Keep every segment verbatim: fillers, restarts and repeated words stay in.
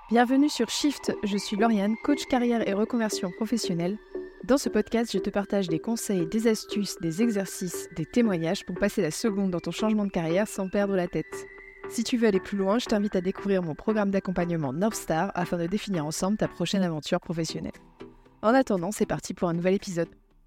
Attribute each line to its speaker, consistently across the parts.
Speaker 1: Bienvenue sur Shift, je suis Lauriane, coach carrière et reconversion professionnelle. Dans ce podcast, je te partage des conseils, des astuces, des exercices, des témoignages pour passer la seconde dans ton changement de carrière sans perdre la tête. Si tu veux aller plus loin, je t'invite à découvrir mon programme d'accompagnement North Star afin de définir ensemble ta prochaine aventure professionnelle. En attendant, c'est parti pour un nouvel épisode.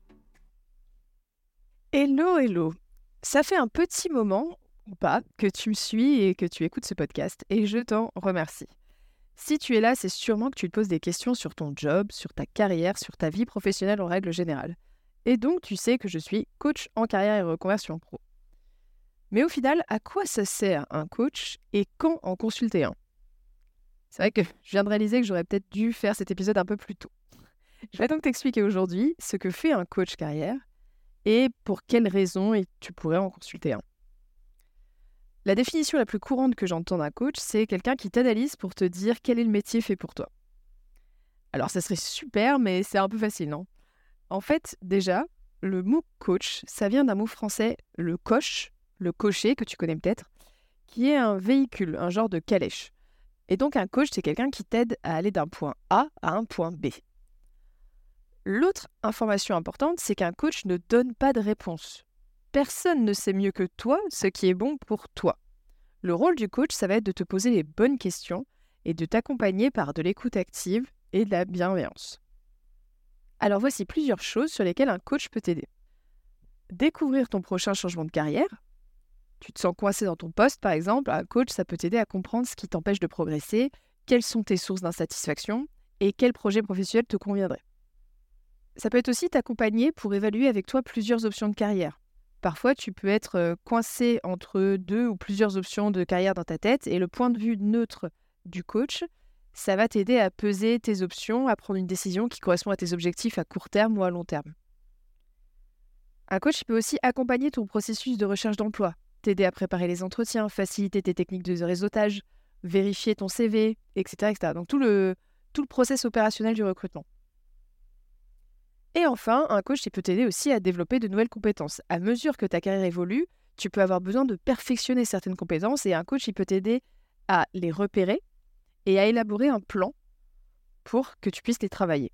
Speaker 1: Hello, hello. Ça fait un petit moment, ou pas, que tu me suis et que tu écoutes ce podcast et je t'en remercie. Si tu es là, c'est sûrement que tu te poses des questions sur ton job, sur ta carrière, sur ta vie professionnelle en règle générale. Et donc, tu sais que je suis coach en carrière et reconversion pro. Mais au final, à quoi ça sert un coach et quand en consulter un ? C'est vrai que je viens de réaliser que j'aurais peut-être dû faire cet épisode un peu plus tôt. Je vais donc t'expliquer aujourd'hui ce que fait un coach carrière et pour quelles raisons tu pourrais en consulter un. La définition la plus courante que j'entends d'un coach, c'est quelqu'un qui t'analyse pour te dire quel est le métier fait pour toi. Alors ça serait super, mais c'est un peu facile, non ? En fait, déjà, le mot coach, ça vient d'un mot français, le coche, le cocher, que tu connais peut-être, qui est un véhicule, un genre de calèche. Et donc un coach, c'est quelqu'un qui t'aide à aller d'un point A à un point B. L'autre information importante, c'est qu'un coach ne donne pas de réponse. Personne ne sait mieux que toi ce qui est bon pour toi. Le rôle du coach, ça va être de te poser les bonnes questions et de t'accompagner par de l'écoute active et de la bienveillance. Alors voici plusieurs choses sur lesquelles un coach peut t'aider. Découvrir ton prochain changement de carrière. Tu te sens coincé dans ton poste, par exemple, un coach, ça peut t'aider à comprendre ce qui t'empêche de progresser, quelles sont tes sources d'insatisfaction et quel projet professionnel te conviendrait. Ça peut être aussi t'accompagner pour évaluer avec toi plusieurs options de carrière. Parfois, tu peux être coincé entre deux ou plusieurs options de carrière dans ta tête et le point de vue neutre du coach, ça va t'aider à peser tes options, à prendre une décision qui correspond à tes objectifs à court terme ou à long terme. Un coach peut aussi accompagner ton processus de recherche d'emploi, t'aider à préparer les entretiens, faciliter tes techniques de réseautage, vérifier ton C V, et cetera, et cetera. Donc tout le, tout le process opérationnel du recrutement. Et enfin, un coach il peut t'aider aussi à développer de nouvelles compétences. À mesure que ta carrière évolue, tu peux avoir besoin de perfectionner certaines compétences et un coach il peut t'aider à les repérer et à élaborer un plan pour que tu puisses les travailler.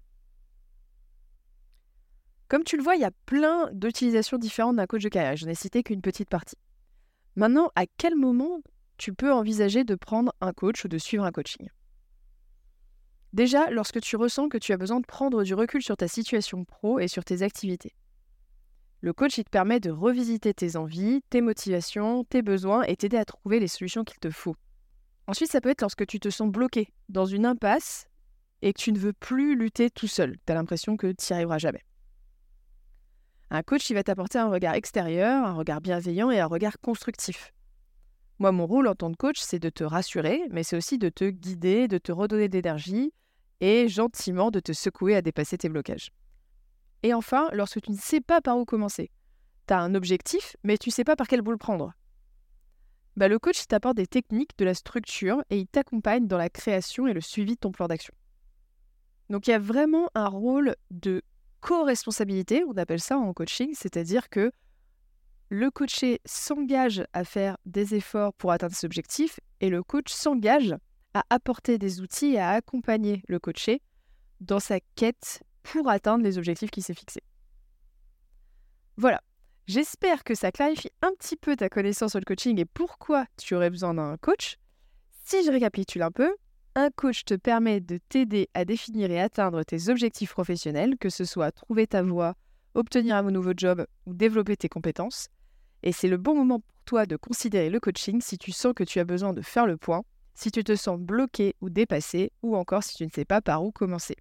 Speaker 1: Comme tu le vois, il y a plein d'utilisations différentes d'un coach de carrière. Je n'ai cité qu'une petite partie. Maintenant, à quel moment tu peux envisager de prendre un coach ou de suivre un coaching ? Déjà, lorsque tu ressens que tu as besoin de prendre du recul sur ta situation pro et sur tes activités. Le coach, il te permet de revisiter tes envies, tes motivations, tes besoins et t'aider à trouver les solutions qu'il te faut. Ensuite, ça peut être lorsque tu te sens bloqué dans une impasse et que tu ne veux plus lutter tout seul. Tu as l'impression que tu n'y arriveras jamais. Un coach, il va t'apporter un regard extérieur, un regard bienveillant et un regard constructif. Moi, mon rôle en tant que coach, c'est de te rassurer, mais c'est aussi de te guider, de te redonner de l'énergie et gentiment de te secouer à dépasser tes blocages. Et enfin, lorsque tu ne sais pas par où commencer, tu as un objectif, mais tu ne sais pas par quel bout le prendre. Bah, le coach il t'apporte des techniques, de la structure et il t'accompagne dans la création et le suivi de ton plan d'action. Donc il y a vraiment un rôle de co-responsabilité, on appelle ça en coaching, c'est-à-dire que le coaché s'engage à faire des efforts pour atteindre ses objectifs et le coach s'engage à apporter des outils et à accompagner le coaché dans sa quête pour atteindre les objectifs qu'il s'est fixés. Voilà, j'espère que ça clarifie un petit peu ta connaissance sur le coaching et pourquoi tu aurais besoin d'un coach. Si je récapitule un peu, un coach te permet de t'aider à définir et atteindre tes objectifs professionnels, que ce soit trouver ta voie, obtenir un nouveau job ou développer tes compétences. Et c'est le bon moment pour toi de considérer le coaching si tu sens que tu as besoin de faire le point, si tu te sens bloqué ou dépassé, ou encore si tu ne sais pas par où commencer.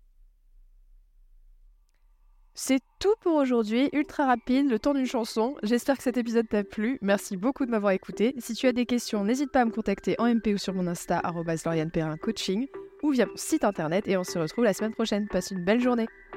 Speaker 1: C'est tout pour aujourd'hui, ultra rapide, le temps d'une chanson. J'espère que cet épisode t'a plu. Merci beaucoup de m'avoir écouté. Si tu as des questions, n'hésite pas à me contacter en M P ou sur mon Insta, arobase lauriane perrin coaching, ou via mon site internet et on se retrouve la semaine prochaine. Passe une belle journée.